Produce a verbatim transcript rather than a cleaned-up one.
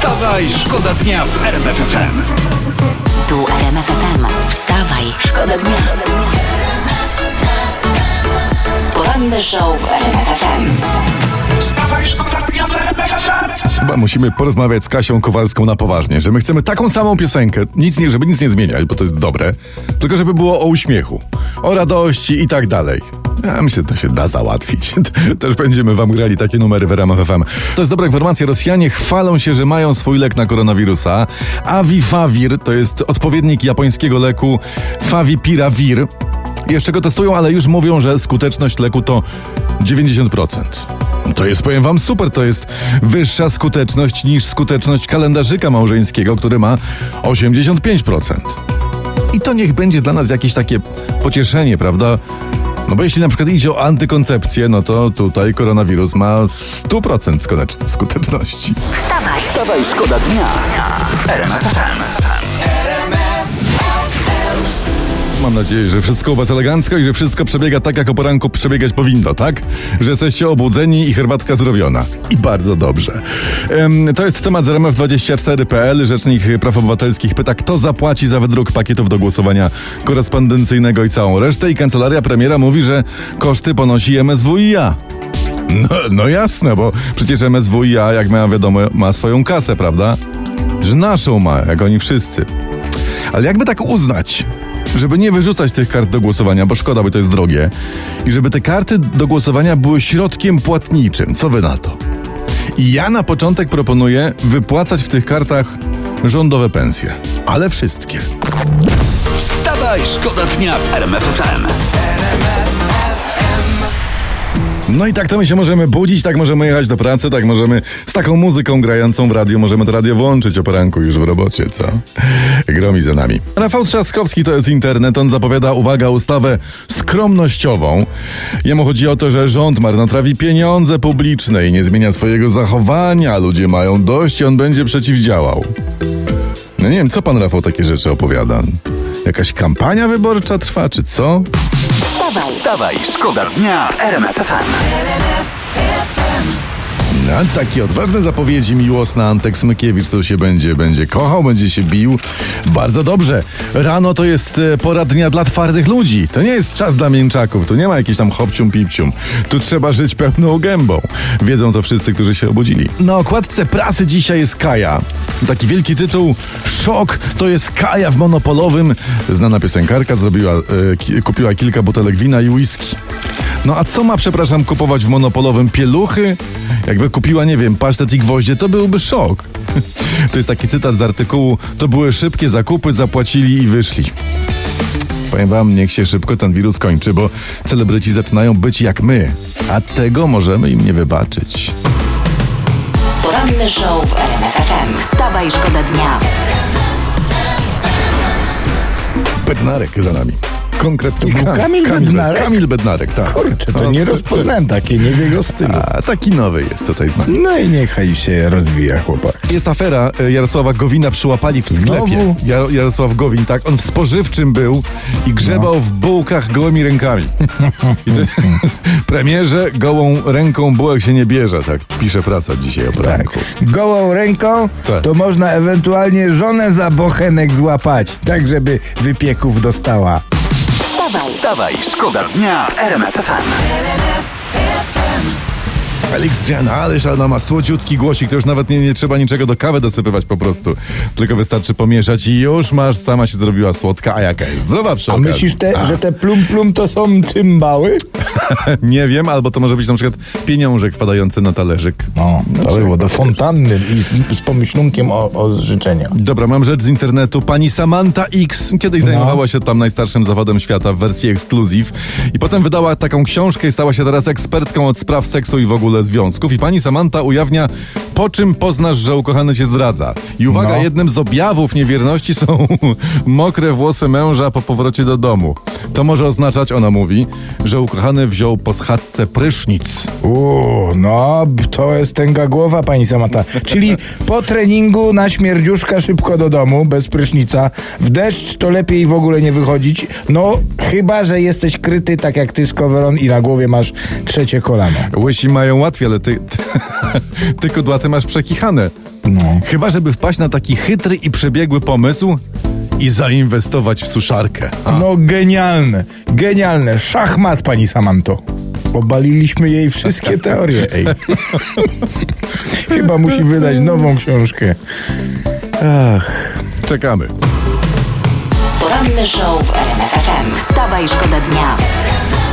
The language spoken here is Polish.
Wstawaj, szkoda dnia w R M F F M. Tu R M F F M. Wstawaj, szkoda dnia. Poranny show w R M F F M. Wstawaj, szkoda dnia w R M F F M. Chyba musimy porozmawiać z Kasią Kowalską na poważnie, że my chcemy taką samą piosenkę, nic nie, żeby nic nie zmieniać, bo to jest dobre, tylko żeby było o uśmiechu, o radości i tak dalej. Ja myślę, że to się da załatwić. Też będziemy wam grali takie numery w R M F F M. To jest dobra informacja. Rosjanie chwalą się, że mają swój lek na koronawirusa. Avifavir to jest odpowiednik japońskiego leku Favipiravir. Jeszcze go testują, ale już mówią, że skuteczność leku to dziewięćdziesiąt procent. To jest, powiem wam, super. To jest wyższa skuteczność niż skuteczność kalendarzyka małżeńskiego, który ma osiemdziesiąt pięć procent. I to niech będzie dla nas jakieś takie pocieszenie, prawda? No bo jeśli na przykład idzie o antykoncepcję, no to tutaj koronawirus ma sto procent skuteczności. Wstawaj, Wstawaj, szkoda dnia w R M F F M. Mam nadzieję, że wszystko u was elegancko i że wszystko przebiega tak, jak o poranku przebiegać powinno, tak? Że jesteście obudzeni i herbatka zrobiona. I bardzo dobrze. Ym, to jest temat z R M F dwadzieścia cztery kropka p l. Rzecznik Praw Obywatelskich pyta, kto zapłaci za wydruk pakietów do głosowania korespondencyjnego i całą resztę. I kancelaria premiera mówi, że koszty ponosi M S W i A. No, no jasne, bo przecież M S W i A, jak ma wiadomo, ma swoją kasę, prawda? Że naszą ma, jak oni wszyscy. Ale jakby tak uznać, żeby nie wyrzucać tych kart do głosowania, bo szkoda, bo to jest drogie, i żeby te karty do głosowania były środkiem płatniczym. Co wy na to? I ja na początek proponuję wypłacać w tych kartach rządowe pensje. Ale wszystkie. Wstawaj, szkoda dnia w R M F F M. No i tak to my się możemy budzić, tak możemy jechać do pracy, tak możemy z taką muzyką grającą w radiu, możemy to radio włączyć o poranku już w robocie, co? Gromi za nami. Rafał Trzaskowski to jest internet, on zapowiada, uwaga, ustawę skromnościową. Jemu chodzi o to, że rząd marnotrawi pieniądze publiczne i nie zmienia swojego zachowania, ludzie mają dość i on będzie przeciwdziałał. No nie wiem, co pan Rafał takie rzeczy opowiada? Jakaś kampania wyborcza trwa, czy co? wstawaj, Wstawaj, szkoda dnia w R M F F M. No, takie odważne zapowiedzi miłosne. Antek Smykiewicz to się będzie, będzie kochał, będzie się bił. Bardzo dobrze. Rano to jest e, pora dnia dla twardych ludzi. To nie jest czas dla mięczaków. Tu nie ma jakichś tam hopcium pipcium. Tu trzeba żyć pełną gębą. Wiedzą to wszyscy, którzy się obudzili. Na okładce prasy dzisiaj jest Kaja. Taki wielki tytuł. Szok, to jest Kaja w Monopolowym. Znana piosenkarka zrobiła, e, ki, kupiła kilka butelek wina i whisky. No a co ma, przepraszam, kupować w Monopolowym? Pieluchy? Jakby kupiła, nie wiem, pasztet i gwoździe, to byłby szok. To jest taki cytat z artykułu. To były szybkie zakupy, zapłacili i wyszli. Powiem wam, niech się szybko ten wirus kończy, bo celebryci zaczynają być jak my, a tego możemy im nie wybaczyć. poranny show w R M F F M. Wstawaj, szkoda dnia. Bednarek za nami. Konkretnie To był Kamil Kamil Bednarek? Kamil Bednarek, tak. Kurczę, to No, nie rozpoznałem takie, nie w jego stylu. A taki nowy jest tutaj z nami. No i niechaj się rozwija chłopak. Jest afera, e, Jarosława Gowina przyłapali w sklepie. Znowu? Jar- Jarosław Gowin, tak, on w spożywczym był i grzebał No. w bułkach gołymi rękami. I to, premierze gołą ręką bułek się nie bierze, tak pisze prasa dzisiaj o Tak. poranku. Gołą ręką Co? to można ewentualnie żonę za bochenek złapać, tak żeby wypieków dostała. Wstawaj, Wstawaj, szkoda dnia w R M F F M. Felix Jan, ależ ona ma słodziutki głosik, to już nawet nie, nie trzeba niczego do kawy dosypywać po prostu. Tylko wystarczy pomieszać i już masz, sama się zrobiła słodka, a jaka jest zdrowa przy A okazji. myślisz, te, A. że te plum plum to są cymbały? Nie wiem, albo to może być na przykład pieniążek wpadający na talerzyk. No, to było do fontanny i z, z pomyślunkiem o, o życzenia. Dobra, mam rzecz z internetu. Pani Samantha X kiedyś zajmowała się tam najstarszym zawodem świata w wersji ekskluzyw i potem wydała taką książkę i stała się teraz ekspertką od spraw seksu i w ogóle związków. I pani Samantha ujawnia, po czym poznasz, że ukochany cię zdradza. I uwaga, No. jednym z objawów niewierności są mokre włosy męża po powrocie do domu. To może oznaczać, ona mówi, że ukochany wziął po schadzce prysznic. Uuu, no to jest tęga głowa, pani Samata. Czyli po treningu na śmierdziuszka szybko do domu, bez prysznica. W deszcz to lepiej w ogóle nie wychodzić. No, chyba że jesteś kryty tak jak ty z coveron i na głowie masz trzecie kolano. Łysi mają łatwiej, ale ty, ty, ty kudłaty masz przekichane. No. Chyba, żeby wpaść na taki chytry i przebiegły pomysł i zainwestować w suszarkę. A. No genialne, genialne. Szachmat, pani Samanto. Obaliliśmy jej wszystkie teorie, ej. Chyba musi wydać nową książkę. Ach. Czekamy. Poranny show w R M F F M. Wstawaj, szkoda dnia.